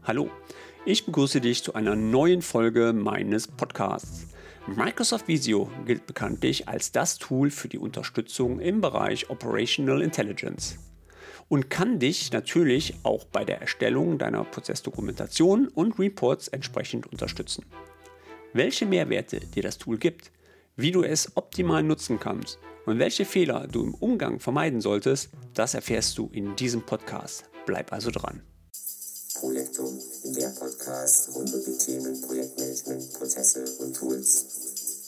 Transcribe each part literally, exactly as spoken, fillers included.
Hallo, ich begrüße dich zu einer neuen Folge meines Podcasts. Microsoft Visio gilt bekanntlich als das Tool für die Unterstützung im Bereich Operational Intelligence und kann dich natürlich auch bei der Erstellung deiner Prozessdokumentation und Reports entsprechend unterstützen. Welche Mehrwerte dir das Tool gibt, wie du es optimal nutzen kannst und welche Fehler du im Umgang vermeiden solltest, das erfährst du in diesem Podcast. Bleib also dran. Projektum, der Podcast rund um die Themen Projektmanagement, Prozesse und Tools.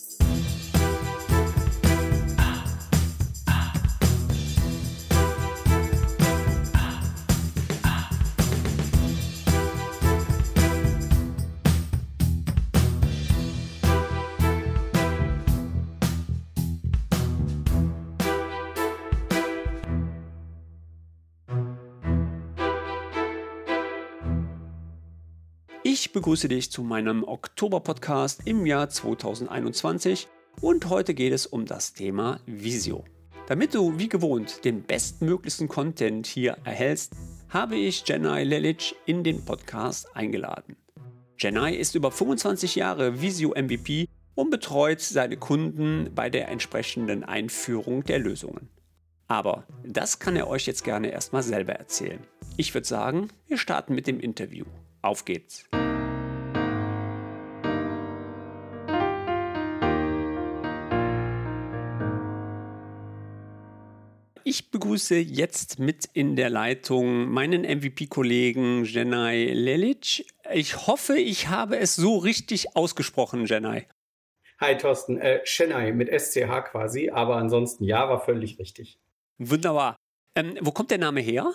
Ich begrüße dich zu meinem Oktober-Podcast im Jahr zweitausendeinundzwanzig und heute geht es um das Thema Visio. Damit du wie gewohnt den bestmöglichsten Content hier erhältst, habe ich Jenay Lelic in den Podcast eingeladen. Jenay ist über fünfundzwanzig Jahre Visio M V P und betreut seine Kunden bei der entsprechenden Einführung der Lösungen. Aber das kann er euch jetzt gerne erstmal selber erzählen. Ich würde sagen, wir starten mit dem Interview. Auf geht's! Ich begrüße jetzt mit in der Leitung meinen M V P-Kollegen Jenay Lelic. Ich hoffe, ich habe es so richtig ausgesprochen, Jenay. Hi Thorsten, äh, Jenay mit S C H quasi, aber ansonsten ja, war völlig richtig. Wunderbar. Ähm, wo kommt der Name her?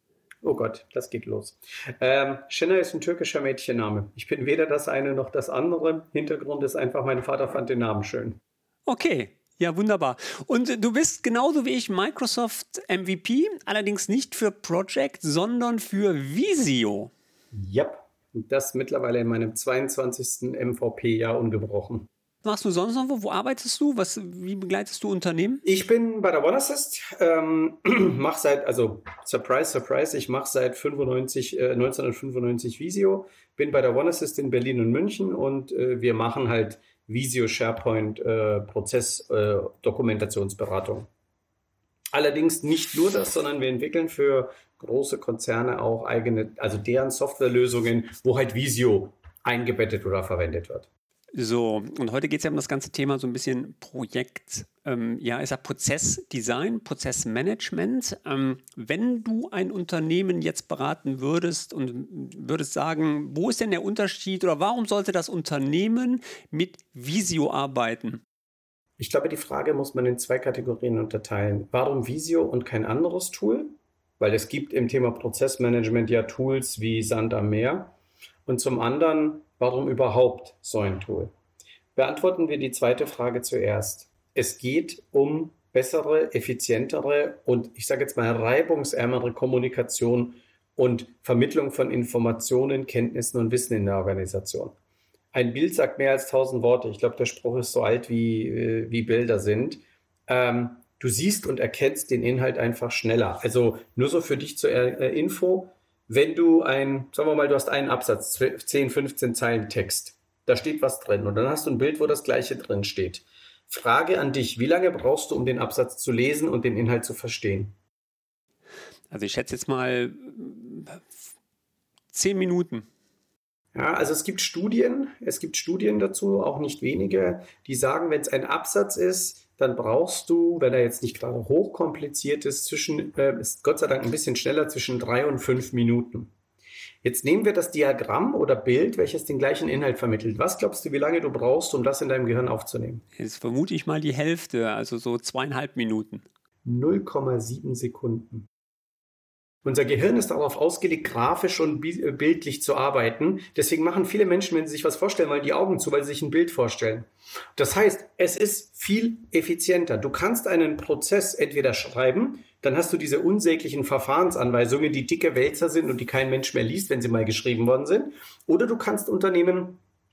Oh Gott, das geht los. Ähm, Jenay ist ein türkischer Mädchenname. Ich bin weder das eine noch das andere. Hintergrund ist einfach, mein Vater fand den Namen schön. Okay. Ja, wunderbar. Und du bist genauso wie ich Microsoft M V P, allerdings nicht für Project, sondern für Visio. Ja, und das mittlerweile in meinem zweiundzwanzigsten M V P-Jahr ungebrochen. Was machst du sonst noch? Wo arbeitest du? Was, wie begleitest du Unternehmen? Ich bin bei der OneAssist, ähm, mache seit, also Surprise, Surprise, ich mache seit fünfundneunzig, äh, neunzehnhundertfünfundneunzig Visio, bin bei der OneAssist in Berlin und München und äh, wir machen halt Visio, SharePoint, äh, Prozess, äh, Dokumentationsberatung. Allerdings nicht nur das, sondern wir entwickeln für große Konzerne auch eigene, also deren Softwarelösungen, wo halt Visio eingebettet oder verwendet wird. So, und heute geht es ja um das ganze Thema so ein bisschen Projekt, ähm, ja, ist ja Prozessdesign, Prozessmanagement. Ähm, wenn du ein Unternehmen jetzt beraten würdest und würdest sagen, wo ist denn der Unterschied oder warum sollte das Unternehmen mit Visio arbeiten? Ich glaube, die Frage muss man in zwei Kategorien unterteilen. Warum Visio und kein anderes Tool? Weil es gibt im Thema Prozessmanagement ja Tools wie Sand am Meer. Und zum anderen, warum überhaupt so ein Tool? Beantworten wir die zweite Frage zuerst. Es geht um bessere, effizientere und ich sage jetzt mal reibungsärmere Kommunikation und Vermittlung von Informationen, Kenntnissen und Wissen in der Organisation. Ein Bild sagt mehr als tausend Worte. Ich glaube, der Spruch ist so alt, wie, wie Bilder sind. Ähm, du siehst und erkennst den Inhalt einfach schneller. Also nur so für dich zur äh, Info. Wenn du ein, sagen wir mal, du hast einen Absatz, zehn, fünfzehn Zeilen Text, da steht was drin und dann hast du ein Bild, wo das Gleiche drin steht. Frage an dich, wie lange brauchst du, um den Absatz zu lesen und den Inhalt zu verstehen? Also ich schätze jetzt mal zehn Minuten. Ja, also es gibt Studien, es gibt Studien dazu, auch nicht wenige, die sagen, wenn es ein Absatz ist, dann brauchst du, wenn er jetzt nicht gerade hochkompliziert ist, zwischen, äh, ist Gott sei Dank ein bisschen schneller, zwischen drei und fünf Minuten. Jetzt nehmen wir das Diagramm oder Bild, welches den gleichen Inhalt vermittelt. Was glaubst du, wie lange du brauchst, um das in deinem Gehirn aufzunehmen? Jetzt vermute ich mal die Hälfte, also so zweieinhalb Minuten. null Komma sieben Sekunden. Unser Gehirn ist darauf ausgelegt, grafisch und bildlich zu arbeiten. Deswegen machen viele Menschen, wenn sie sich was vorstellen, mal die Augen zu, weil sie sich ein Bild vorstellen. Das heißt, es ist viel effizienter. Du kannst einen Prozess entweder schreiben, dann hast du diese unsäglichen Verfahrensanweisungen, die dicke Wälzer sind und die kein Mensch mehr liest, wenn sie mal geschrieben worden sind. Oder du kannst Unternehmen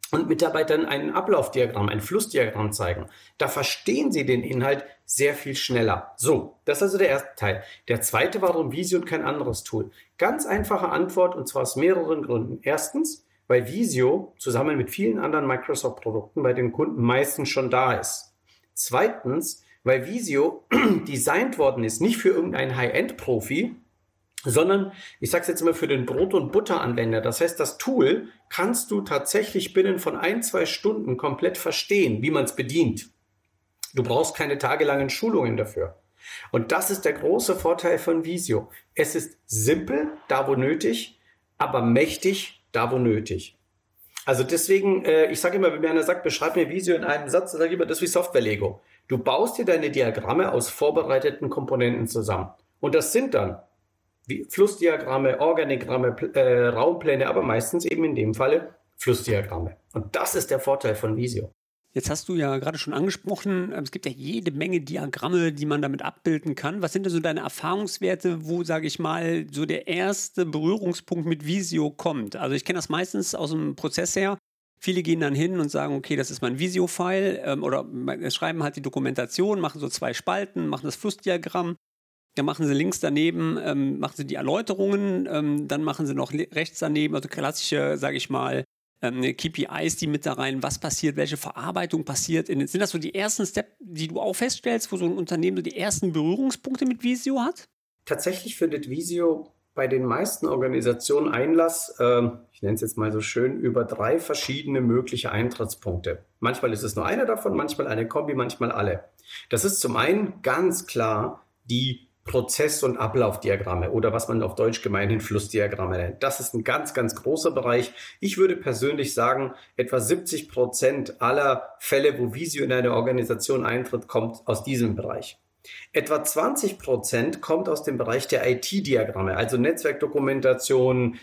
und Mitarbeitern ein Ablaufdiagramm, ein Flussdiagramm zeigen. Da verstehen sie den Inhalt sehr viel schneller. So, das ist also der erste Teil. Der zweite, warum Visio und kein anderes Tool? Ganz einfache Antwort, und zwar aus mehreren Gründen. Erstens, weil Visio zusammen mit vielen anderen Microsoft-Produkten bei den Kunden meistens schon da ist. Zweitens, weil Visio designt worden ist, nicht für irgendeinen High-End-Profi, sondern, ich sage es jetzt mal, für den Brot- und Butter-Anwender. Das heißt, das Tool kannst du tatsächlich binnen von ein, zwei Stunden komplett verstehen, wie man es bedient. Du brauchst keine tagelangen Schulungen dafür. Und das ist der große Vorteil von Visio. Es ist simpel, da wo nötig, aber mächtig, da wo nötig. Also deswegen, äh, ich sage immer, wenn mir einer sagt, beschreib mir Visio in einem Satz, dann sage ich immer, das ist wie Software-Lego. Du baust dir deine Diagramme aus vorbereiteten Komponenten zusammen. Und das sind dann wie Flussdiagramme, Organigramme, äh, Raumpläne, aber meistens eben in dem Falle Flussdiagramme. Und das ist der Vorteil von Visio. Jetzt hast du ja gerade schon angesprochen, es gibt ja jede Menge Diagramme, die man damit abbilden kann. Was sind denn so deine Erfahrungswerte, wo, sage ich mal, so der erste Berührungspunkt mit Visio kommt? Also ich kenne das meistens aus dem Prozess her. Viele gehen dann hin und sagen, okay, das ist mein Visio-File ähm, oder schreiben halt die Dokumentation, machen so zwei Spalten, machen das Flussdiagramm. Dann machen sie links daneben, ähm, machen sie die Erläuterungen, ähm, dann machen sie noch rechts daneben, also klassische, sage ich mal, ähm, K P Is, die mit da rein, was passiert, welche Verarbeitung passiert. In, sind das so die ersten Steps, die du auch feststellst, wo so ein Unternehmen so die ersten Berührungspunkte mit Visio hat? Tatsächlich findet Visio bei den meisten Organisationen Einlass, äh, ich nenne es jetzt mal so schön, über drei verschiedene mögliche Eintrittspunkte. Manchmal ist es nur einer davon, manchmal eine Kombi, manchmal alle. Das ist zum einen ganz klar die Prozess- und Ablaufdiagramme oder was man auf Deutsch gemeinhin Flussdiagramme nennt. Das ist ein ganz, ganz großer Bereich. Ich würde persönlich sagen, etwa siebzig Prozent aller Fälle, wo Visio in eine Organisation eintritt, kommt aus diesem Bereich. Etwa zwanzig Prozent kommt aus dem Bereich der I T-Diagramme, also Netzwerkdokumentation,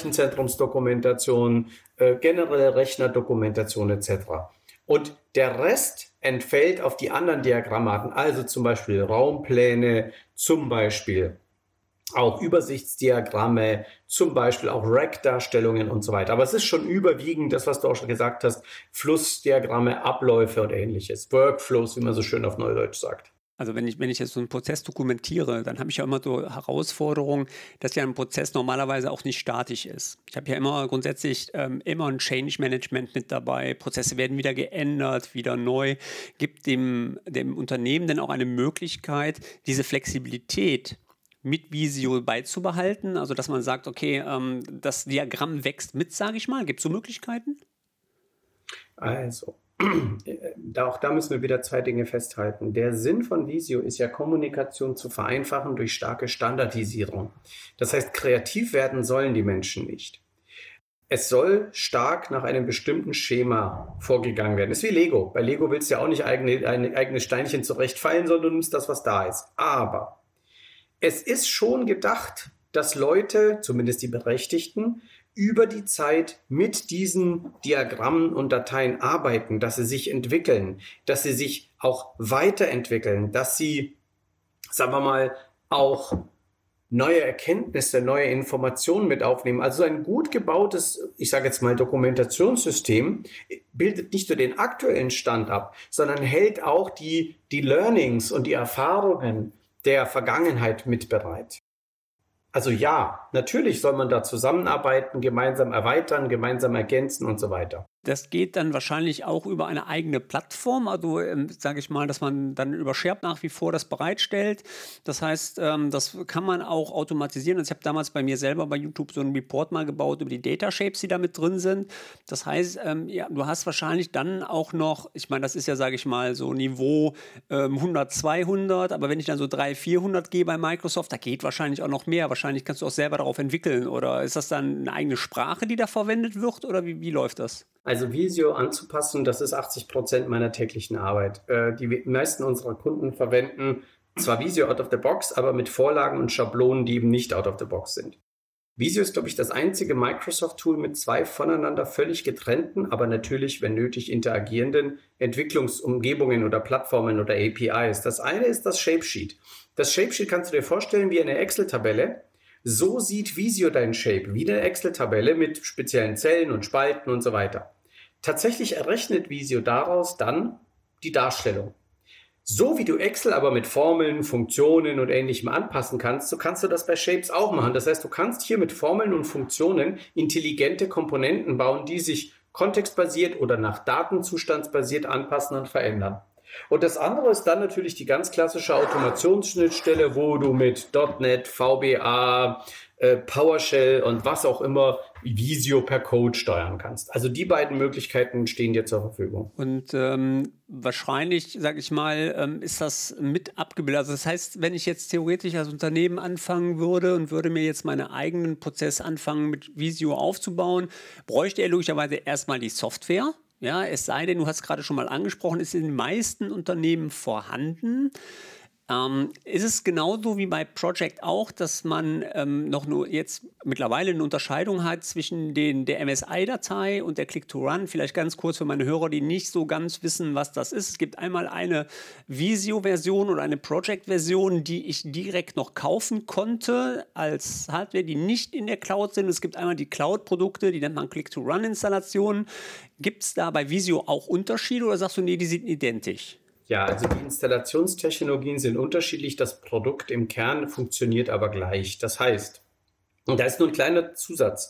Rechenzentrumsdokumentation, äh, generelle Rechnerdokumentation et cetera. Und der Rest entfällt auf die anderen Diagrammarten, also zum Beispiel Raumpläne, zum Beispiel auch Übersichtsdiagramme, zum Beispiel auch Rack-Darstellungen und so weiter. Aber es ist schon überwiegend das, was du auch schon gesagt hast, Flussdiagramme, Abläufe und ähnliches. Workflows, wie man so schön auf Neudeutsch sagt. Also wenn ich, wenn ich jetzt so einen Prozess dokumentiere, dann habe ich ja immer so Herausforderungen, dass ja ein Prozess normalerweise auch nicht statisch ist. Ich habe ja immer grundsätzlich ähm, immer ein Change Management mit dabei. Prozesse werden wieder geändert, wieder neu. Gibt dem, dem Unternehmen denn auch eine Möglichkeit, diese Flexibilität mit Visio beizubehalten? Also dass man sagt, okay, ähm, das Diagramm wächst mit, sage ich mal. Gibt es so Möglichkeiten? Also, auch da müssen wir wieder zwei Dinge festhalten. Der Sinn von Visio ist ja, Kommunikation zu vereinfachen durch starke Standardisierung. Das heißt, kreativ werden sollen die Menschen nicht. Es soll stark nach einem bestimmten Schema vorgegangen werden. Das ist wie Lego. Bei Lego willst du ja auch nicht eigene, ein eigenes Steinchen zurechtfallen, sondern du nimmst das, was da ist. Aber es ist schon gedacht, dass Leute, zumindest die Berechtigten, über die Zeit mit diesen Diagrammen und Dateien arbeiten, dass sie sich entwickeln, dass sie sich auch weiterentwickeln, dass sie, sagen wir mal, auch neue Erkenntnisse, neue Informationen mit aufnehmen. Also ein gut gebautes, ich sage jetzt mal, Dokumentationssystem bildet nicht nur den aktuellen Stand ab, sondern hält auch die, die Learnings und die Erfahrungen der Vergangenheit mit bereit. Also ja, natürlich soll man da zusammenarbeiten, gemeinsam erweitern, gemeinsam ergänzen und so weiter. Das geht dann wahrscheinlich auch über eine eigene Plattform, also ähm, sage ich mal, dass man dann über SharePoint nach wie vor das bereitstellt. Das heißt, ähm, das kann man auch automatisieren. Also ich habe damals bei mir selber bei YouTube so einen Report mal gebaut über die Data Shapes, die da mit drin sind. Das heißt, ähm, ja, du hast wahrscheinlich dann auch noch, ich meine, das ist ja, sage ich mal, so Niveau ähm, hundert, zweihundert, aber wenn ich dann so dreihundert, vierhundert gehe bei Microsoft, da geht wahrscheinlich auch noch mehr. Wahrscheinlich kannst du auch selber darauf entwickeln, oder ist das dann eine eigene Sprache, die da verwendet wird, oder wie, wie läuft das? Also Visio anzupassen, das ist achtzig Prozent meiner täglichen Arbeit. Die meisten unserer Kunden verwenden zwar Visio out of the box, aber mit Vorlagen und Schablonen, die eben nicht out of the box sind. Visio ist, glaube ich, das einzige Microsoft-Tool mit zwei voneinander völlig getrennten, aber natürlich, wenn nötig, interagierenden Entwicklungsumgebungen oder Plattformen oder A P Is. Das eine ist das Shapesheet. Das Shapesheet kannst du dir vorstellen wie eine Excel-Tabelle. So sieht Visio dein Shape, wie eine Excel-Tabelle mit speziellen Zellen und Spalten und so weiter. Tatsächlich errechnet Visio daraus dann die Darstellung. So wie du Excel aber mit Formeln, Funktionen und Ähnlichem anpassen kannst, so kannst du das bei Shapes auch machen. Das heißt, du kannst hier mit Formeln und Funktionen intelligente Komponenten bauen, die sich kontextbasiert oder nach Datenzustandsbasiert anpassen und verändern. Und das andere ist dann natürlich die ganz klassische Automationsschnittstelle, wo du mit .NET, V B A, äh, PowerShell und was auch immer Visio per Code steuern kannst. Also die beiden Möglichkeiten stehen dir zur Verfügung. Und ähm, wahrscheinlich, sage ich mal, ähm, ist das mit abgebildet. Also das heißt, wenn ich jetzt theoretisch als Unternehmen anfangen würde und würde mir jetzt meinen eigenen Prozess anfangen mit Visio aufzubauen, bräuchte er logischerweise erstmal die Software. Ja, es sei denn, du hast gerade schon mal angesprochen, ist in den meisten Unternehmen vorhanden. Ähm, ist es genauso wie bei Project auch, dass man ähm, noch nur jetzt mittlerweile eine Unterscheidung hat zwischen den, der M S I-Datei und der Click-to-Run? Vielleicht ganz kurz für meine Hörer, die nicht so ganz wissen, was das ist. Es gibt einmal eine Visio-Version oder eine Project-Version, die ich direkt noch kaufen konnte als Hardware, die nicht in der Cloud sind. Es gibt einmal die Cloud-Produkte, die nennt man Click-to-Run-Installationen. Gibt es da bei Visio auch Unterschiede oder sagst du, nee, die sind identisch? Ja, also die Installationstechnologien sind unterschiedlich, das Produkt im Kern funktioniert aber gleich. Das heißt, und da ist nur ein kleiner Zusatz,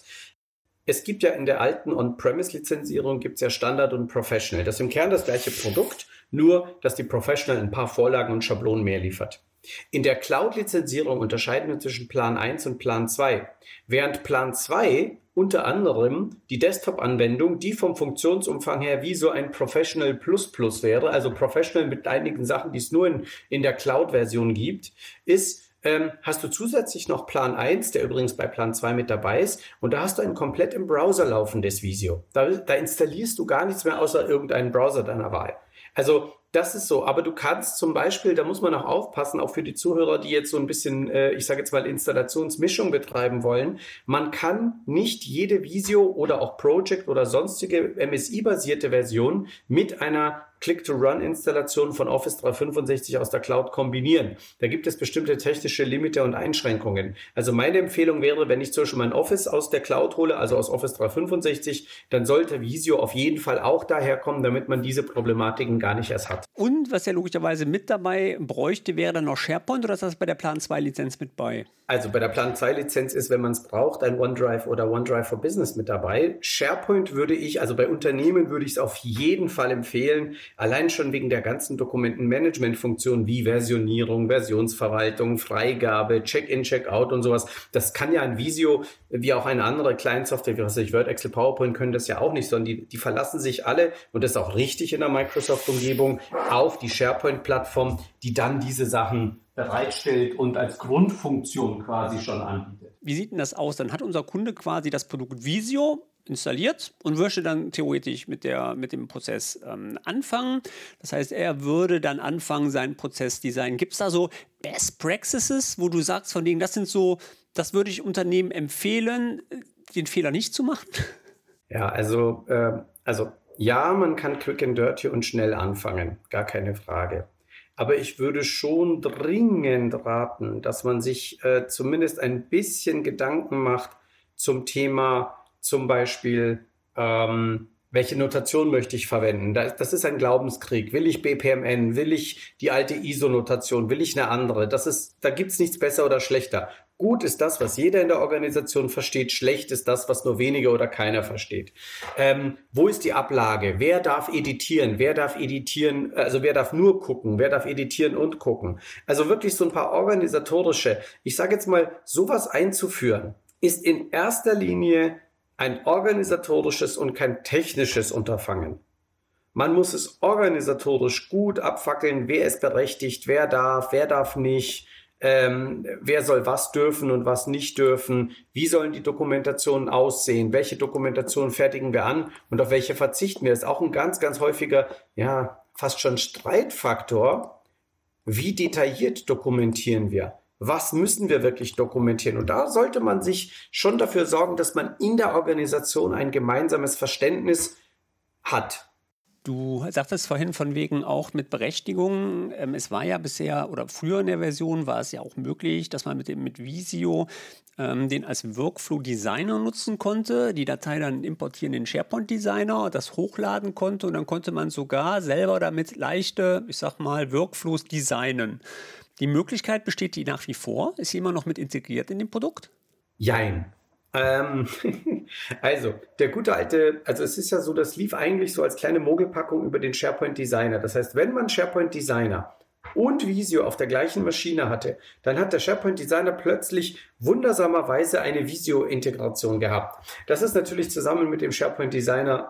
es gibt ja in der alten On-Premise-Lizenzierung gibt es ja Standard und Professional. Das ist im Kern das gleiche Produkt, nur dass die Professional ein paar Vorlagen und Schablonen mehr liefert. In der Cloud-Lizenzierung unterscheiden wir zwischen Plan eins und Plan zwei. Während Plan zwei unter anderem die Desktop-Anwendung, die vom Funktionsumfang her wie so ein Professional Plus Plus wäre, also Professional mit einigen Sachen, die es nur in, in der Cloud-Version gibt, ist, ähm, hast du zusätzlich noch Plan eins, der übrigens bei Plan zwei mit dabei ist, und da hast du ein komplett im Browser laufendes Visio. Da, da installierst du gar nichts mehr außer irgendeinen Browser deiner Wahl. Also das ist so, aber du kannst zum Beispiel, da muss man auch aufpassen, auch für die Zuhörer, die jetzt so ein bisschen, äh, ich sage jetzt mal, Installationsmischung betreiben wollen, man kann nicht jede Visio oder auch Project oder sonstige M S I-basierte Version mit einer Click-to-Run-Installation von Office dreihundertfünfundsechzig aus der Cloud kombinieren. Da gibt es bestimmte technische Limite und Einschränkungen. Also meine Empfehlung wäre, wenn ich zum Beispiel mein Office aus der Cloud hole, also aus Office dreihundertfünfundsechzig, dann sollte Visio auf jeden Fall auch daher kommen, damit man diese Problematiken gar nicht erst hat. Und was ja logischerweise mit dabei bräuchte, wäre dann noch SharePoint, oder ist das bei der Plan zwei Lizenz mit bei? Also bei der Plan zwei Lizenz ist, wenn man es braucht, ein OneDrive oder OneDrive for Business mit dabei. SharePoint würde ich, also bei Unternehmen würde ich es auf jeden Fall empfehlen, allein schon wegen der ganzen Dokumentenmanagement-Funktionen wie Versionierung, Versionsverwaltung, Freigabe, Check-in, Check-out und sowas. Das kann ja ein Visio, wie auch eine andere Client-Software, wie was ich Word, Excel, PowerPoint können das ja auch nicht, sondern die, die verlassen sich alle, und das ist auch richtig in der Microsoft-Umgebung, auf die SharePoint-Plattform, die dann diese Sachen bereitstellt und als Grundfunktion quasi schon anbietet. Wie sieht denn das aus? Dann hat unser Kunde quasi das Produkt Visio installiert und würde dann theoretisch mit, der, mit dem Prozess ähm, anfangen. Das heißt, er würde dann anfangen, seinen Prozess designen. Gibt es da so Best Practices, wo du sagst, von denen, das sind so, das würde ich Unternehmen empfehlen, den Fehler nicht zu machen? Ja, also, äh, also ja, man kann quick and dirty und schnell anfangen, gar keine Frage. Aber ich würde schon dringend raten, dass man sich äh, zumindest ein bisschen Gedanken macht zum Thema zum Beispiel, ähm, welche Notation möchte ich verwenden? Das, das ist ein Glaubenskrieg. Will ich B P M N? Will ich die alte I S O-Notation? Will ich eine andere? Das ist, da gibt es nichts besser oder schlechter. Gut ist das, was jeder in der Organisation versteht. Schlecht ist das, was nur weniger oder keiner versteht. Ähm, wo ist die Ablage? Wer darf editieren? Wer darf editieren? Also wer darf nur gucken? Wer darf editieren und gucken? Also wirklich so ein paar organisatorische, ich sage jetzt mal, sowas einzuführen, ist in erster Linie ein organisatorisches und kein technisches Unterfangen. Man muss es organisatorisch gut abfackeln, wer ist berechtigt, wer darf, wer darf nicht, ähm, wer soll was dürfen und was nicht dürfen, wie sollen die Dokumentationen aussehen, welche Dokumentation fertigen wir an und auf welche verzichten wir. Das ist auch ein ganz, ganz häufiger, ja, fast schon Streitfaktor. Wie detailliert dokumentieren wir? Was müssen wir wirklich dokumentieren? Und da sollte man sich schon dafür sorgen, dass man in der Organisation ein gemeinsames Verständnis hat. Du sagtest vorhin von wegen auch mit Berechtigungen. Ähm, es war ja bisher oder früher in der Version war es ja auch möglich, dass man mit dem mit Visio ähm, den als Workflow-Designer nutzen konnte, die Datei dann importieren in den SharePoint-Designer, das hochladen konnte und dann konnte man sogar selber damit leichte, ich sag mal, Workflows designen. Die Möglichkeit besteht die nach wie vor? Ist sie immer noch mit integriert in dem Produkt? Jein. Ähm, also, der gute alte, also es ist ja so, das lief eigentlich so als kleine Mogelpackung über den SharePoint Designer. Das heißt, wenn man SharePoint Designer und Visio auf der gleichen Maschine hatte, dann hat der SharePoint Designer plötzlich wundersamerweise eine Visio-Integration gehabt. Das ist natürlich zusammen mit dem SharePoint Designer,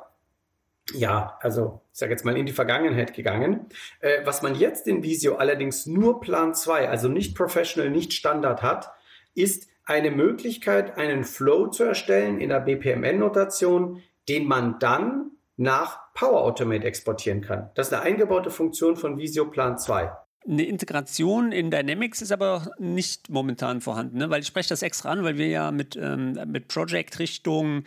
ja, also ich sage jetzt mal in die Vergangenheit gegangen. Äh, was man jetzt in Visio allerdings nur Plan zwei, also nicht Professional, nicht Standard hat, ist eine Möglichkeit, einen Flow zu erstellen in der B P M N-Notation, den man dann nach Power Automate exportieren kann. Das ist eine eingebaute Funktion von Visio Plan zwei. Eine Integration in Dynamics ist aber nicht momentan vorhanden, ne? Weil ich spreche das extra an, weil wir ja mit, ähm, mit Project Richtung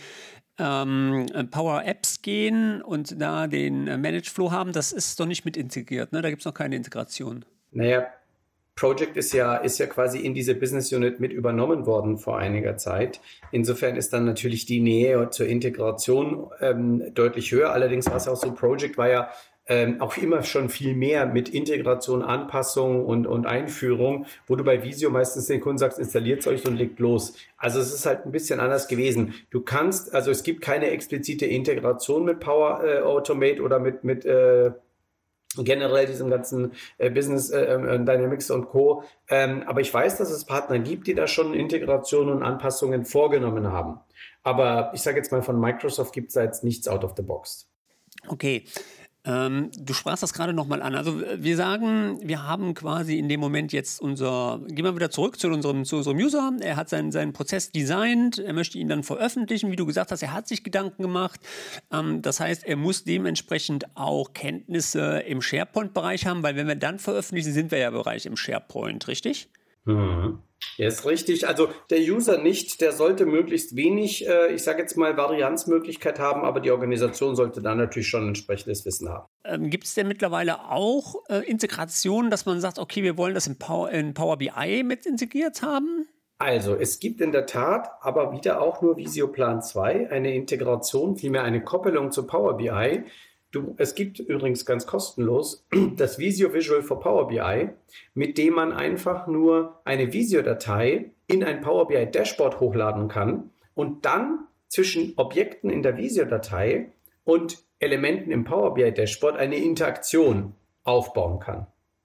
ähm, Power Apps gehen und da den äh, Manage Flow haben. Das ist doch nicht mit integriert, ne? Da gibt es noch keine Integration. Naja, Project ist ja, ist ja quasi in diese Business Unit mit übernommen worden vor einiger Zeit. Insofern ist dann natürlich die Nähe zur Integration ähm, deutlich höher. Allerdings war es auch so, Project war ja ähm, auch immer schon viel mehr mit Integration, Anpassung und, und Einführung, wo du bei Visio meistens den Kunden sagst, installiert es euch und legt los. Also es ist halt ein bisschen anders gewesen. Du kannst, also es gibt keine explizite Integration mit Power äh, Automate oder mit, mit äh, generell diesem ganzen äh, Business äh, Dynamics und Co. Ähm, aber ich weiß, dass es Partner gibt, die da schon Integrationen und Anpassungen vorgenommen haben. Aber ich sage jetzt mal, von Microsoft gibt es da jetzt nichts out of the box. Okay. Ähm, du sprachst das gerade nochmal an. Also wir sagen, wir haben quasi in dem Moment jetzt unser, gehen wir wieder zurück zu unserem, zu unserem User. Er hat seinen, seinen Prozess designt, er möchte ihn dann veröffentlichen. Wie du gesagt hast, er hat sich Gedanken gemacht. Ähm, das heißt, er muss dementsprechend auch Kenntnisse im SharePoint-Bereich haben, weil wenn wir dann veröffentlichen, sind wir ja Bereich im SharePoint, richtig? Mhm. Ja, ist richtig. Also der User nicht, der sollte möglichst wenig, äh, ich sage jetzt mal, Varianzmöglichkeit haben, aber die Organisation sollte dann natürlich schon entsprechendes Wissen haben. Ähm, gibt es denn mittlerweile auch äh, Integrationen, dass man sagt, okay, wir wollen das in Power, in Power B I mit integriert haben? Also es gibt in der Tat aber wieder auch nur Visio Plan zwei, eine Integration, vielmehr eine Koppelung zu Power B I. Du, es gibt übrigens ganz kostenlos das Visio Visual for Power B I, mit dem man einfach nur eine Visio-Datei in ein Power B I Dashboard hochladen kann und dann zwischen Objekten in der Visio-Datei und Elementen im Power B I Dashboard eine Interaktion aufbauen kann.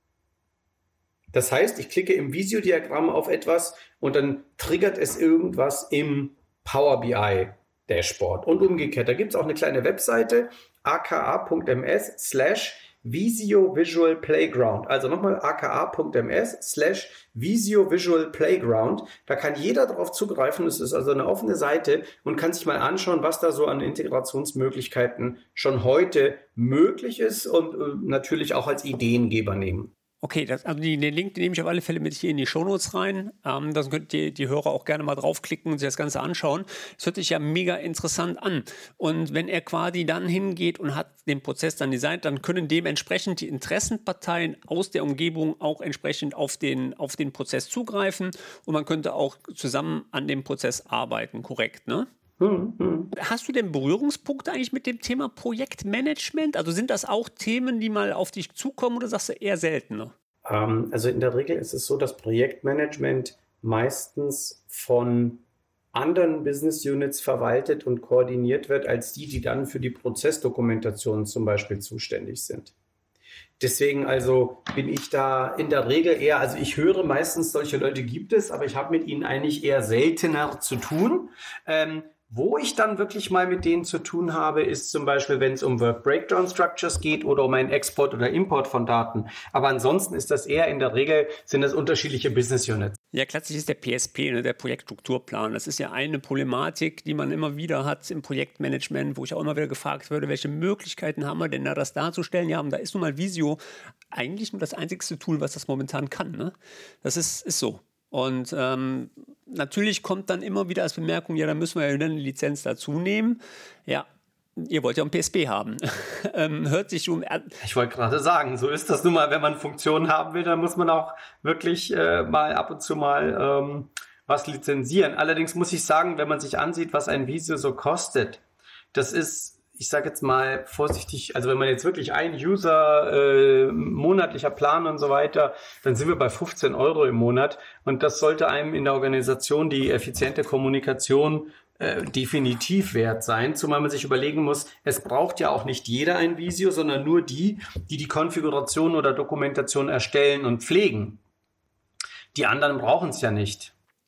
Das heißt, ich klicke im Visio-Diagramm auf etwas und dann triggert es irgendwas im Power B I Dashboard und umgekehrt. Da gibt es auch eine kleine Webseite, aka.ms slash Visio Visual Playground. Also nochmal aka.ms slash Visio Visual Playground. Da kann jeder drauf zugreifen. Es ist also eine offene Seite und kann sich mal anschauen, was da so an Integrationsmöglichkeiten schon heute möglich ist und äh, natürlich auch als Ideengeber nehmen. Okay, das, also die, den Link den nehme ich auf alle Fälle mit hier in die Shownotes rein. Ähm, da könnt ihr die Hörer auch gerne mal draufklicken und sich das Ganze anschauen. Das hört sich ja mega interessant an. Und wenn er quasi dann hingeht und hat den Prozess dann designt, dann können dementsprechend die Interessenparteien aus der Umgebung auch entsprechend auf den, auf den Prozess zugreifen und man könnte auch zusammen an dem Prozess arbeiten, korrekt, ne? Hm, hm. Hast du denn Berührungspunkte eigentlich mit dem Thema Projektmanagement? Also sind das auch Themen, die mal auf dich zukommen oder sagst du eher seltener? Ähm, also in der Regel ist es so, dass Projektmanagement meistens von anderen Business Units verwaltet und koordiniert wird, als die, die dann für die Prozessdokumentation zum Beispiel zuständig sind. Deswegen also bin ich da in der Regel eher, also ich höre meistens, solche Leute gibt es, aber ich habe mit ihnen eigentlich eher seltener zu tun. Ähm, Wo ich dann wirklich mal mit denen zu tun habe, ist zum Beispiel, wenn es um Work Breakdown Structures geht oder um einen Export oder Import von Daten. Aber ansonsten ist das eher in der Regel, sind das unterschiedliche Business Units. Ja, klassisch ist der P S P, ne, der Projektstrukturplan. Das ist ja eine Problematik, die man immer wieder hat im Projektmanagement, wo ich auch immer wieder gefragt würde, welche Möglichkeiten haben wir denn da, das darzustellen? Ja, und da ist nun mal Visio eigentlich nur das einzigste Tool, was das momentan kann. Ne? Das ist, ist so. Und ähm, natürlich kommt dann immer wieder als Bemerkung, ja, da müssen wir ja eine Lizenz dazu nehmen. Ja, Ihr wollt ja ein P S P haben. ähm, hört sich um. Ich wollte gerade sagen, so ist das nun mal, wenn man Funktionen haben will, dann muss man auch wirklich äh, mal ab und zu mal ähm, was lizenzieren. Allerdings muss ich sagen, wenn man sich ansieht, was ein Visio so kostet, das ist, ich sage jetzt mal vorsichtig, also wenn man jetzt wirklich ein User, äh, monatlicher Plan und so weiter, dann sind wir bei fünfzehn Euro im Monat und das sollte einem in der Organisation die effiziente Kommunikation äh, definitiv wert sein, zumal man sich überlegen muss, es braucht ja auch nicht jeder ein Visio, sondern nur die, die die Konfiguration oder Dokumentation erstellen und pflegen. Die anderen brauchen es ja nicht.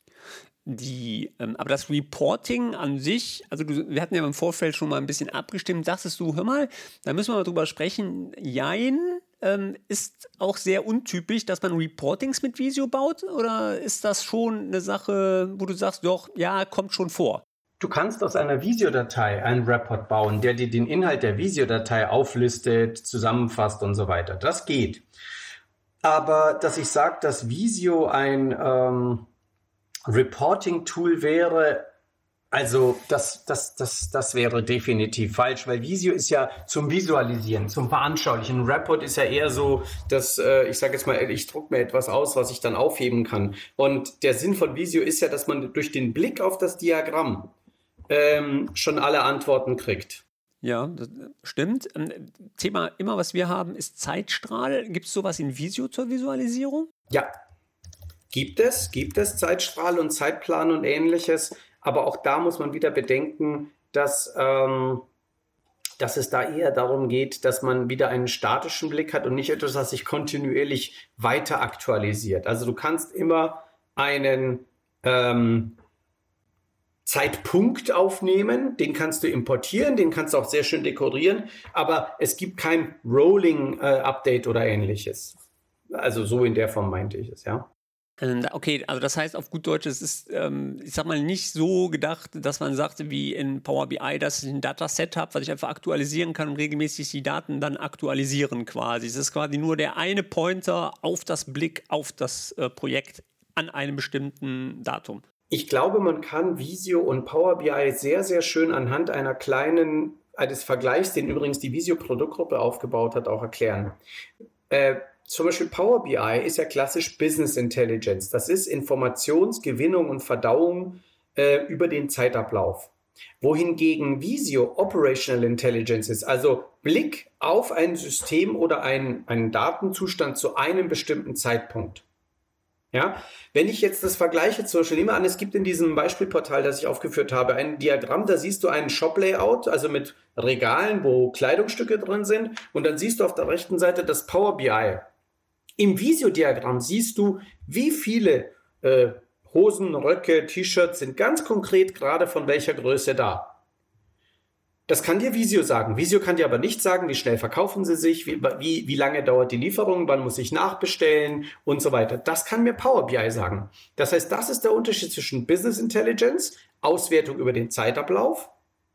Die, ähm, aber das Reporting an sich, also du, wir hatten ja im Vorfeld schon mal ein bisschen abgestimmt, dachtest du, hör mal, da müssen wir mal drüber sprechen, jein, ähm, ist auch sehr untypisch, dass man Reportings mit Visio baut, oder ist das schon eine Sache, wo du sagst, doch, ja, kommt schon vor? Du kannst aus einer Visio-Datei einen Report bauen, der dir den Inhalt der Visio-Datei auflistet, zusammenfasst und so weiter. Das geht. Aber dass ich sage, dass Visio ein ähm, Reporting-Tool wäre, also das, das, das, das wäre definitiv falsch, weil Visio ist ja zum Visualisieren, zum Veranschaulichen. Ein Report ist ja eher so, dass äh, ich sage jetzt mal, ich drucke mir etwas aus, was ich dann aufheben kann. Und der Sinn von Visio ist ja, dass man durch den Blick auf das Diagramm ähm, schon alle Antworten kriegt. Ja, das stimmt. Thema immer, was wir haben, ist Zeitstrahl. Gibt es sowas in Visio zur Visualisierung? Ja. Gibt es, gibt es Zeitstrahl und Zeitplan und Ähnliches, aber auch da muss man wieder bedenken, dass, ähm, dass es da eher darum geht, dass man wieder einen statischen Blick hat und nicht etwas, das sich kontinuierlich weiter aktualisiert. Also du kannst immer einen ähm, Zeitpunkt aufnehmen, den kannst du importieren, den kannst du auch sehr schön dekorieren, aber es gibt kein Rolling-Update äh, oder Ähnliches. Also so in der Form meinte ich es, ja. Okay, also das heißt auf gut Deutsch, es ist, ähm, ich sag mal, nicht so gedacht, dass man sagt, wie in Power B I, dass ich ein Dataset habe, was ich einfach aktualisieren kann und regelmäßig die Daten dann aktualisieren quasi. Es ist quasi nur der eine Pointer auf das Blick auf das äh, Projekt an einem bestimmten Datum. Ich glaube, man kann Visio und Power B I sehr, sehr schön anhand einer kleinen, eines Vergleichs, den übrigens die Visio-Produktgruppe aufgebaut hat, auch erklären. Äh, Zum Beispiel Power B I ist ja klassisch Business Intelligence. Das ist Informationsgewinnung und Verdauung äh, über den Zeitablauf. Wohingegen Visio Operational Intelligence ist, also Blick auf ein System oder einen, einen Datenzustand zu einem bestimmten Zeitpunkt. Ja, wenn ich jetzt das vergleiche, zum Beispiel nehme an, es gibt in diesem Beispielportal, das ich aufgeführt habe, ein Diagramm, da siehst du einen Shop-Layout, also mit Regalen, wo Kleidungsstücke drin sind, und dann siehst du auf der rechten Seite das Power B I. Im Visio-Diagramm siehst du, wie viele äh, Hosen, Röcke, T-Shirts sind ganz konkret gerade von welcher Größe da. Das kann dir Visio sagen. Visio kann dir aber nicht sagen, wie schnell verkaufen sie sich, wie, wie, wie lange dauert die Lieferung, wann muss ich nachbestellen und so weiter. Das kann mir Power B I sagen. Das heißt, das ist der Unterschied zwischen Business Intelligence, Auswertung über den Zeitablauf,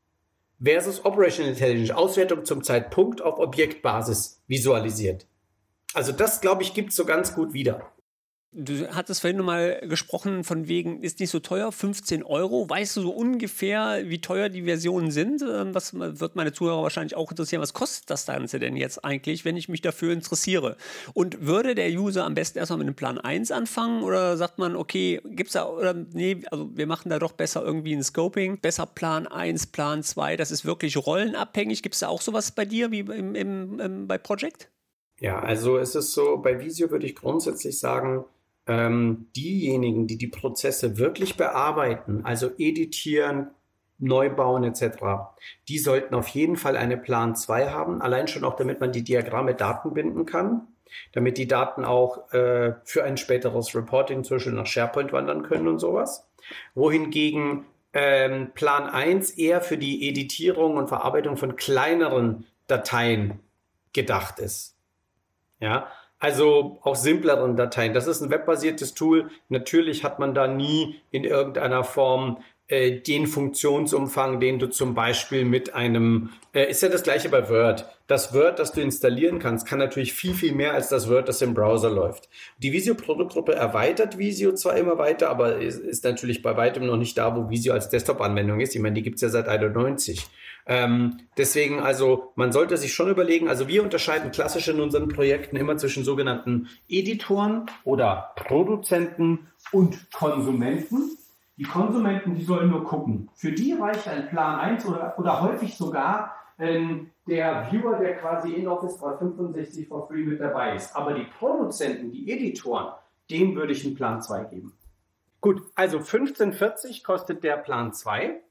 versus Operational Intelligence, Auswertung zum Zeitpunkt auf Objektbasis visualisiert. Also das, glaube ich, gibt es so ganz gut wieder. Du hattest vorhin nochmal gesprochen von wegen, ist nicht so teuer, fünfzehn Euro. Weißt du so ungefähr, wie teuer die Versionen sind? Was wird meine Zuhörer wahrscheinlich auch interessieren. Was kostet das Ganze denn jetzt eigentlich, wenn ich mich dafür interessiere? Und würde der User am besten erstmal mit dem Plan eins anfangen oder sagt man, okay, gibt's da, oder nee, also wir machen da doch besser irgendwie ein Scoping, besser Plan eins, Plan zwei, das ist wirklich rollenabhängig. Gibt es da auch sowas bei dir wie im, im, im, bei Project? Ja, also es ist so, bei Visio würde ich grundsätzlich sagen, ähm, diejenigen, die die Prozesse wirklich bearbeiten, also editieren, neu bauen et cetera, die sollten auf jeden Fall eine Plan zwei haben, allein schon auch, damit man die Diagramme Daten binden kann, damit die Daten auch äh, für ein späteres Reporting zum Beispiel nach SharePoint wandern können und sowas. Wohingegen ähm, Plan eins eher für die Editierung und Verarbeitung von kleineren Dateien gedacht ist. Ja, also auch simpleren Dateien. Das ist ein webbasiertes Tool. Natürlich hat man da nie in irgendeiner Form äh, den Funktionsumfang, den du zum Beispiel mit einem, äh, ist ja das gleiche bei Word. Das Word, das du installieren kannst, kann natürlich viel, viel mehr als das Word, das im Browser läuft. Die Visio-Produktgruppe erweitert Visio zwar immer weiter, aber ist, ist natürlich bei weitem noch nicht da, wo Visio als Desktop-Anwendung ist. Ich meine, die gibt es ja seit einundneunzig. Ähm, deswegen also, man sollte sich schon überlegen, also wir unterscheiden klassisch in unseren Projekten immer zwischen sogenannten Editoren oder Produzenten und Konsumenten. Die Konsumenten, die sollen nur gucken. Für die reicht ein Plan eins oder, oder häufig sogar ähm, der Viewer, der quasi in Office dreihundertfünfundsechzig for free mit dabei ist. Aber die Produzenten, die Editoren, denen würde ich einen Plan zwei geben. Gut, also fünfzehn vierzig kostet der Plan zwei.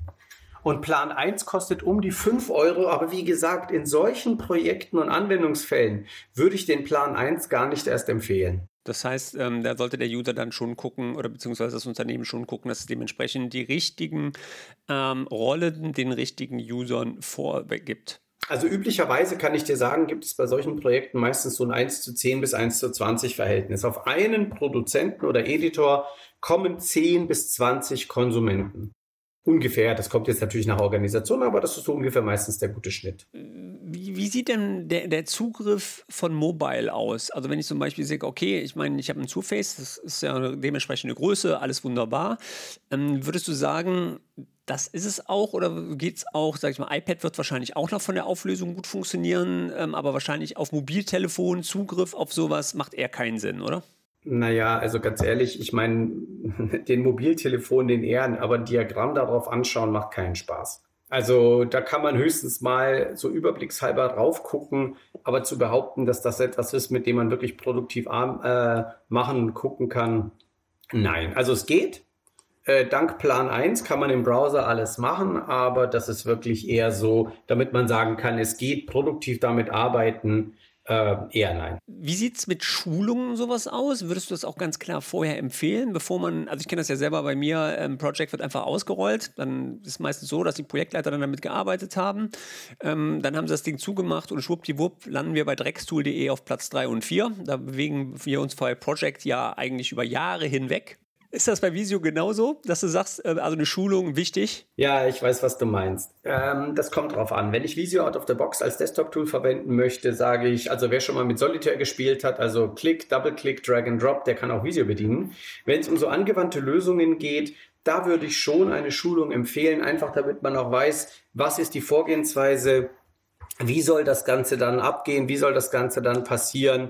Und Plan eins kostet um die fünf Euro. Aber wie gesagt, in solchen Projekten und Anwendungsfällen würde ich den Plan eins gar nicht erst empfehlen. Das heißt, ähm, da sollte der User dann schon gucken oder beziehungsweise das Unternehmen schon gucken, dass es dementsprechend die richtigen ähm, Rollen den richtigen Usern vorgibt. Also üblicherweise kann ich dir sagen, gibt es bei solchen Projekten meistens so ein eins zu zehn bis eins zu zwanzig Verhältnis. Auf einen Produzenten oder Editor kommen zehn bis zwanzig Konsumenten. Ungefähr, das kommt jetzt natürlich nach Organisation, aber das ist so ungefähr meistens der gute Schnitt. Wie, wie sieht denn der, der Zugriff von Mobile aus? Also wenn ich zum Beispiel sehe, okay, ich meine, ich habe ein Surface, das ist ja dementsprechend eine Größe, alles wunderbar. Ähm, würdest du sagen, das ist es auch oder geht es auch, sag ich mal, iPad wird wahrscheinlich auch noch von der Auflösung gut funktionieren, ähm, aber wahrscheinlich auf Mobiltelefon, Zugriff auf sowas macht eher keinen Sinn, oder? Naja, also ganz ehrlich, ich meine, den Mobiltelefon, den Ehren, aber ein Diagramm darauf anschauen macht keinen Spaß. Also da kann man höchstens mal so überblickshalber drauf gucken, aber zu behaupten, dass das etwas ist, mit dem man wirklich produktiv äh, machen und gucken kann, nein. Also es geht. Äh, dank Plan eins kann man im Browser alles machen, aber das ist wirklich eher so, damit man sagen kann, es geht, produktiv damit arbeiten, Äh, eher nein. Wie sieht es mit Schulungen sowas aus? Würdest du das auch ganz klar vorher empfehlen, bevor man, also ich kenne das ja selber bei mir, ein ähm, Projekt wird einfach ausgerollt, dann ist es meistens so, dass die Projektleiter dann damit gearbeitet haben, ähm, dann haben sie das Ding zugemacht und schwuppdiwupp landen wir bei dreckstool punkt de auf Platz drei und vier. Da bewegen wir uns bei Project ja eigentlich über Jahre hinweg. Ist das bei Visio genauso, dass du sagst, also eine Schulung wichtig? Ja, ich weiß, was du meinst. Ähm, das kommt drauf an. Wenn ich Visio out of the box als Desktop-Tool verwenden möchte, sage ich, also wer schon mal mit Solitaire gespielt hat, also Click, Double-Click, Drag and Drop, der kann auch Visio bedienen. Wenn es um so angewandte Lösungen geht, da würde ich schon eine Schulung empfehlen, einfach damit man auch weiß, was ist die Vorgehensweise, wie soll das Ganze dann abgehen, wie soll das Ganze dann passieren.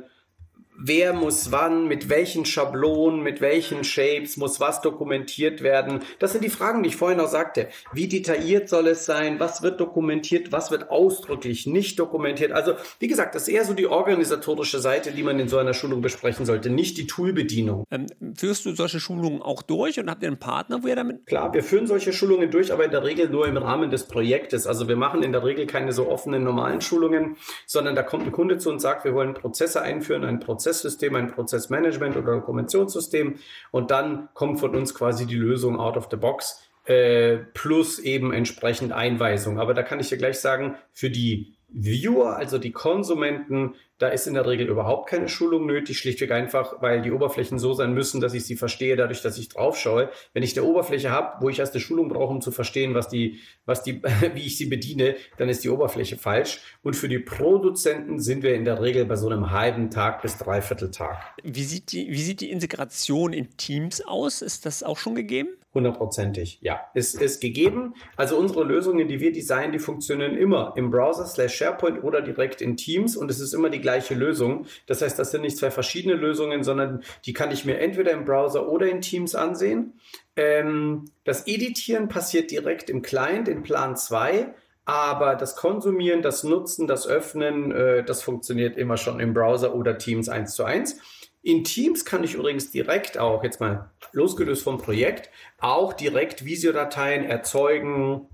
Wer muss wann, mit welchen Schablonen, mit welchen Shapes muss was dokumentiert werden? Das sind die Fragen, die ich vorhin auch sagte. Wie detailliert soll es sein? Was wird dokumentiert? Was wird ausdrücklich nicht dokumentiert? Also, wie gesagt, das ist eher so die organisatorische Seite, die man in so einer Schulung besprechen sollte, nicht die Toolbedienung. Ähm, führst du solche Schulungen auch durch und habt ihr einen Partner, wo ihr damit? Klar, wir führen solche Schulungen durch, aber in der Regel nur im Rahmen des Projektes. Also wir machen in der Regel keine so offenen, normalen Schulungen, sondern da kommt ein Kunde zu uns und sagt, wir wollen Prozesse einführen, ein Prozess Prozesssystem, ein Prozessmanagement oder Dokumentationssystem und dann kommt von uns quasi die Lösung out of the box äh, plus eben entsprechend Einweisung. Aber da kann ich dir gleich sagen, für die Viewer, also die Konsumenten, da ist in der Regel überhaupt keine Schulung nötig, schlichtweg einfach, weil die Oberflächen so sein müssen, dass ich sie verstehe, dadurch, dass ich drauf schaue. Wenn ich eine Oberfläche habe, wo ich erst eine Schulung brauche, um zu verstehen, was die, was die, wie ich sie bediene, dann ist die Oberfläche falsch. Und für die Produzenten sind wir in der Regel bei so einem halben Tag bis dreiviertel Tag. Wie sieht die, wie sieht die Integration in Teams aus? Ist das auch schon gegeben? Hundertprozentig, ja. Ist, ist gegeben. Also unsere Lösungen, die wir designen, die funktionieren immer im Browser slash SharePoint oder direkt in Teams und es ist immer die gleiche Lösung. Das heißt, das sind nicht zwei verschiedene Lösungen, sondern die kann ich mir entweder im Browser oder in Teams ansehen. Ähm, das Editieren passiert direkt im Client in Plan zwei, aber das Konsumieren, das Nutzen, das Öffnen, äh, das funktioniert immer schon im Browser oder Teams eins zu eins. In Teams kann ich übrigens direkt auch, jetzt mal losgelöst vom Projekt, auch direkt Visio-Dateien erzeugen,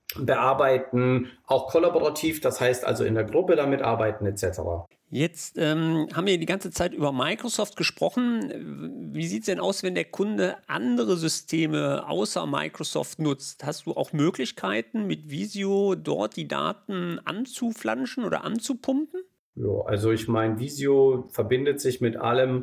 bearbeiten, auch kollaborativ, das heißt also in der Gruppe damit arbeiten et cetera. Jetzt ähm, haben wir die ganze Zeit über Microsoft gesprochen. Wie sieht es denn aus, wenn der Kunde andere Systeme außer Microsoft nutzt? Hast du auch Möglichkeiten, mit Visio dort die Daten anzuflanschen oder anzupumpen? Ja, also ich meine, Visio verbindet sich mit allem,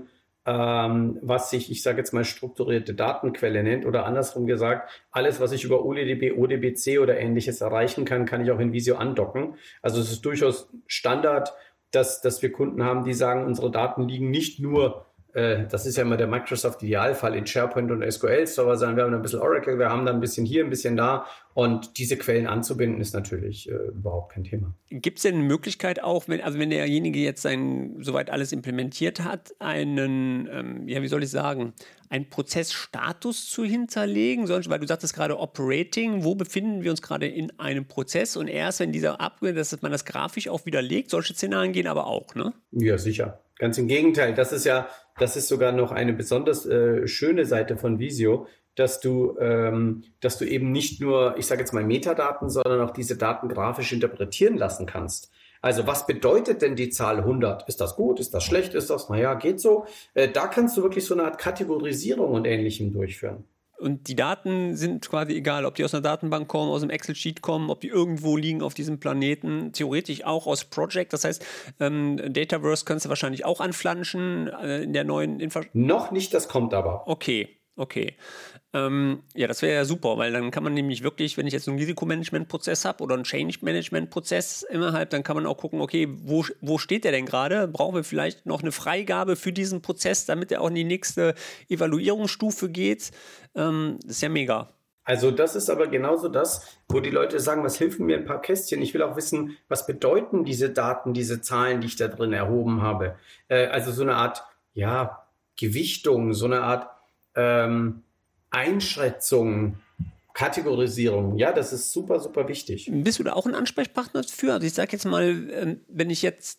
ähm, was sich, ich sage jetzt mal, strukturierte Datenquelle nennt oder andersrum gesagt, alles, was ich über OLEDB, O D B C oder ähnliches erreichen kann, kann ich auch in Visio andocken. Also es ist durchaus Standard, dass, dass wir Kunden haben, die sagen, unsere Daten liegen nicht nur, äh, das ist ja immer der Microsoft-Idealfall, in SharePoint und S Q L-Server, sondern wir haben ein bisschen Oracle, wir haben da ein bisschen hier, ein bisschen da und diese Quellen anzubinden ist natürlich äh, überhaupt kein Thema. Gibt es denn eine Möglichkeit auch, wenn, also wenn derjenige jetzt sein, soweit alles implementiert hat, einen, ähm, ja, wie soll ich sagen, einen Prozessstatus zu hinterlegen? Sonst, weil du sagtest gerade Operating, wo befinden wir uns gerade in einem Prozess? Und erst wenn dieser abgeht, dass man das grafisch auch widerlegt, solche Szenarien gehen aber auch, ne? Ja, sicher. Ganz im Gegenteil. Das ist ja, das ist sogar noch eine besonders äh, schöne Seite von Visio, dass du, ähm, dass du eben nicht nur, ich sage jetzt mal Metadaten, sondern auch diese Daten grafisch interpretieren lassen kannst. Also was bedeutet denn die Zahl hundert? Ist das gut? Ist das schlecht? Ist das, naja, geht so? Äh, da kannst du wirklich so eine Art Kategorisierung und Ähnlichem durchführen. Und die Daten sind quasi egal, ob die aus einer Datenbank kommen, aus einem Excel-Sheet kommen, ob die irgendwo liegen auf diesem Planeten, theoretisch auch aus Project. Das heißt, ähm, Dataverse kannst du wahrscheinlich auch anflanschen äh, in der neuen Infrastruktur. Noch nicht, das kommt aber. Okay, okay. Ähm, ja, das wäre ja super, weil dann kann man nämlich wirklich, wenn ich jetzt einen Risikomanagement-Prozess habe oder einen Change-Management-Prozess innerhalb, dann kann man auch gucken, okay, wo, wo steht der denn gerade? Brauchen wir vielleicht noch eine Freigabe für diesen Prozess, damit er auch in die nächste Evaluierungsstufe geht? Ähm, das ist ja mega. Also das ist aber genauso das, wo die Leute sagen, was hilft mir ein paar Kästchen? Ich will auch wissen, was bedeuten diese Daten, diese Zahlen, die ich da drin erhoben habe? Äh, also so eine Art, ja, Gewichtung, so eine Art ähm, Einschätzung, Kategorisierung. Ja, das ist super, super wichtig. Bist du da auch ein Ansprechpartner für? Also ich sage jetzt mal, wenn ich jetzt,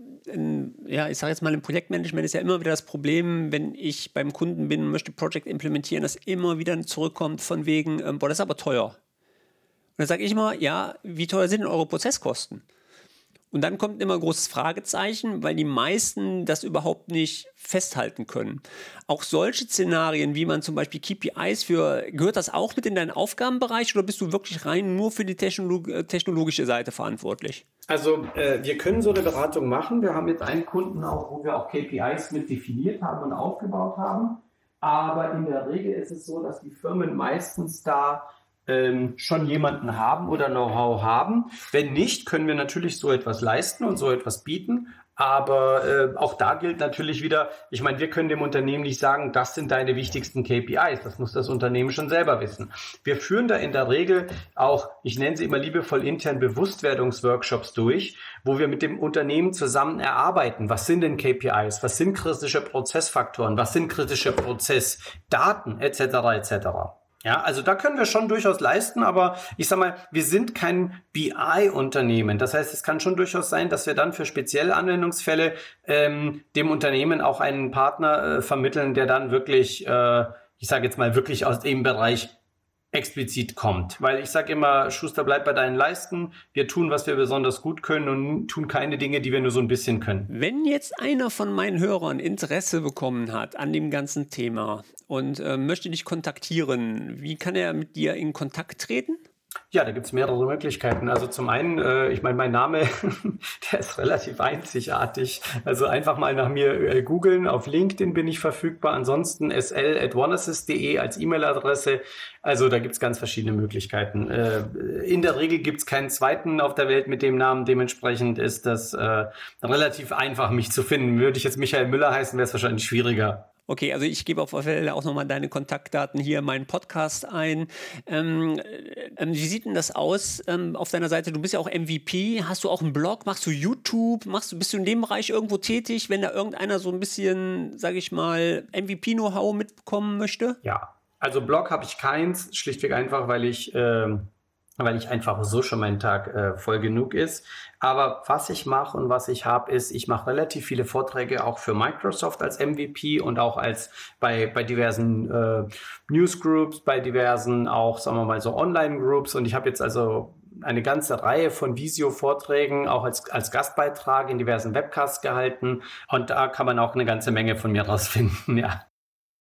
in, ja, ich sage jetzt mal, im Projektmanagement ist ja immer wieder das Problem, wenn ich beim Kunden bin und möchte Project implementieren, dass immer wieder zurückkommt von wegen, boah, das ist aber teuer. Und dann sage ich immer, ja, wie teuer sind denn eure Prozesskosten? Und dann kommt immer ein großes Fragezeichen, weil die meisten das überhaupt nicht festhalten können. Auch solche Szenarien, wie man zum Beispiel K P Is für, gehört das auch mit in deinen Aufgabenbereich oder bist du wirklich rein nur für die technolog- technologische Seite verantwortlich? Also äh, wir können so eine Beratung machen. Wir haben jetzt einen Kunden auch, wo wir auch K P Is mit definiert haben und aufgebaut haben. Aber in der Regel ist es so, dass die Firmen meistens da Ähm, schon jemanden haben oder Know-how haben. Wenn nicht, können wir natürlich so etwas leisten und so etwas bieten. Aber äh, auch da gilt natürlich wieder, ich meine, wir können dem Unternehmen nicht sagen, das sind deine wichtigsten K P Is. Das muss das Unternehmen schon selber wissen. Wir führen da in der Regel auch, ich nenne sie immer liebevoll intern Bewusstwerdungsworkshops durch, wo wir mit dem Unternehmen zusammen erarbeiten, was sind denn K P Is, was sind kritische Prozessfaktoren, was sind kritische Prozessdaten et cetera et cetera. Ja, also da können wir schon durchaus leisten, aber ich sag mal, wir sind kein B I-Unternehmen. Das heißt, es kann schon durchaus sein, dass wir dann für spezielle Anwendungsfälle ähm, dem Unternehmen auch einen Partner äh, vermitteln, der dann wirklich, äh, ich sage jetzt mal, wirklich aus dem Bereich explizit kommt. Weil ich sage immer, Schuster, bleib bei deinen Leisten. Wir tun, was wir besonders gut können und tun keine Dinge, die wir nur so ein bisschen können. Wenn jetzt einer von meinen Hörern Interesse bekommen hat an dem ganzen Thema und äh, möchte dich kontaktieren, wie kann er mit dir in Kontakt treten? Ja, da gibt es mehrere Möglichkeiten. Also zum einen, äh, ich meine, mein Name, der ist relativ einzigartig. Also einfach mal nach mir äh, googeln. Auf LinkedIn bin ich verfügbar. Ansonsten s l at oneassist punkt d e als E-Mail-Adresse. Also da gibt es ganz verschiedene Möglichkeiten. Äh, in der Regel gibt es keinen zweiten auf der Welt mit dem Namen. Dementsprechend ist das äh, relativ einfach, mich zu finden. Würde ich jetzt Michael Müller heißen, wäre es wahrscheinlich schwieriger. Okay, also ich gebe auf alle Fälle auch nochmal deine Kontaktdaten hier in meinen Podcast ein. Ähm, ähm, wie sieht denn das aus ähm, auf deiner Seite? Du bist ja auch M V P. Hast du auch einen Blog? Machst du YouTube? Machst du, bist du in dem Bereich irgendwo tätig, wenn da irgendeiner so ein bisschen, sage ich mal, M V P-Know-how mitbekommen möchte? Ja, also Blog habe ich keins, schlichtweg einfach, weil ich... Ähm weil ich einfach so schon mein Tag äh, voll genug ist. Aber was ich mache und was ich habe, ist, ich mache relativ viele Vorträge auch für Microsoft als M V P und auch als bei, bei diversen äh, Newsgroups, bei diversen auch, sagen wir mal, so Online-Groups. Und ich habe jetzt also eine ganze Reihe von Visio-Vorträgen auch als, als Gastbeitrag in diversen Webcasts gehalten. Und da kann man auch eine ganze Menge von mir rausfinden, ja.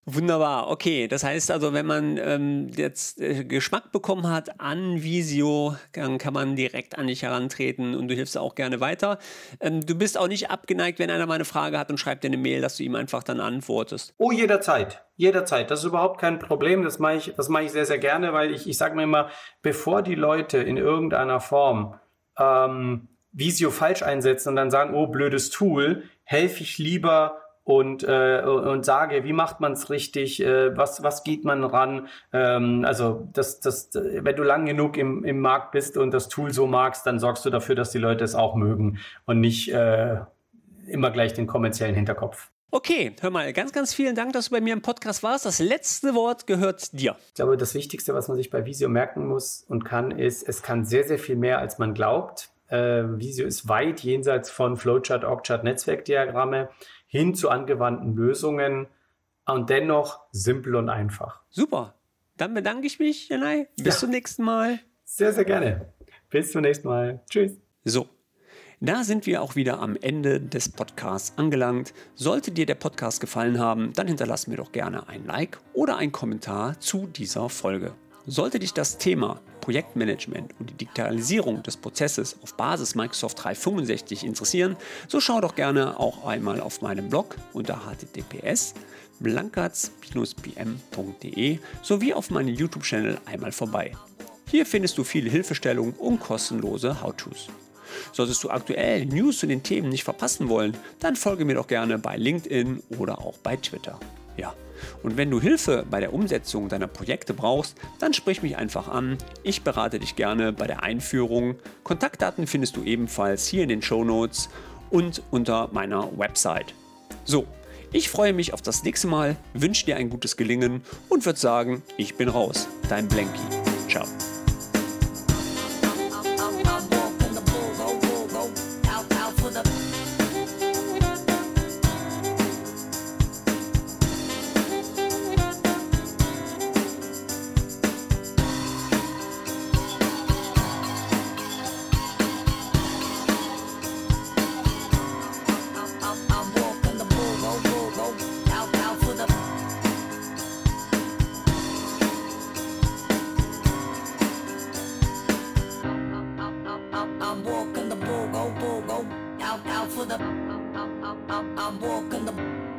Wunderbar, okay. Das heißt also, wenn man ähm, jetzt äh, Geschmack bekommen hat an Visio, dann kann man direkt an dich herantreten und du hilfst auch gerne weiter. Ähm, du bist auch nicht abgeneigt, wenn einer mal eine Frage hat und schreibt dir eine Mail, dass du ihm einfach dann antwortest. Oh, jederzeit. Jederzeit. Das ist überhaupt kein Problem. Das mache ich, das mache ich sehr, sehr gerne, weil ich, ich sage mir immer, bevor die Leute in irgendeiner Form ähm, Visio falsch einsetzen und dann sagen, oh, blödes Tool, helfe ich lieber und, äh, und sage, wie macht man es richtig, äh, was, was geht man ran. Ähm, also das, das, wenn du lang genug im, im Markt bist und das Tool so magst, dann sorgst du dafür, dass die Leute es auch mögen und nicht äh, immer gleich den kommerziellen Hinterkopf. Okay, hör mal, ganz, ganz vielen Dank, dass du bei mir im Podcast warst. Das letzte Wort gehört dir. Ich glaube, das Wichtigste, was man sich bei Visio merken muss und kann, ist, es kann sehr, sehr viel mehr, als man glaubt. Äh, Visio ist weit jenseits von Flowchart, Orgchart, Netzwerkdiagramme hin zu angewandten Lösungen und dennoch simpel und einfach. Super. Dann bedanke ich mich, Janai. Bis Ja. zum nächsten Mal. Sehr, sehr gerne. Bis zum nächsten Mal. Tschüss. So, da sind wir auch wieder am Ende des Podcasts angelangt. Sollte dir der Podcast gefallen haben, dann hinterlass mir doch gerne ein Like oder einen Kommentar zu dieser Folge. Sollte dich das Thema Projektmanagement und die Digitalisierung des Prozesses auf Basis Microsoft dreihundertfünfundsechzig interessieren, so schau doch gerne auch einmal auf meinem Blog unter h t t p s blankertz Bindestrich p m punkt d e sowie auf meinem YouTube-Channel einmal vorbei. Hier findest du viele Hilfestellungen und kostenlose How-Tos. Solltest du aktuell News zu den Themen nicht verpassen wollen, dann folge mir doch gerne bei LinkedIn oder auch bei Twitter. Ja, und wenn du Hilfe bei der Umsetzung deiner Projekte brauchst, dann sprich mich einfach an. Ich berate dich gerne bei der Einführung. Kontaktdaten findest du ebenfalls hier in den Shownotes und unter meiner Website. So, ich freue mich auf das nächste Mal, wünsche dir ein gutes Gelingen und würde sagen, ich bin raus. Dein Blanky. Ciao. I'm walking the bull, go, bull, go, out, out for the, I'm walking the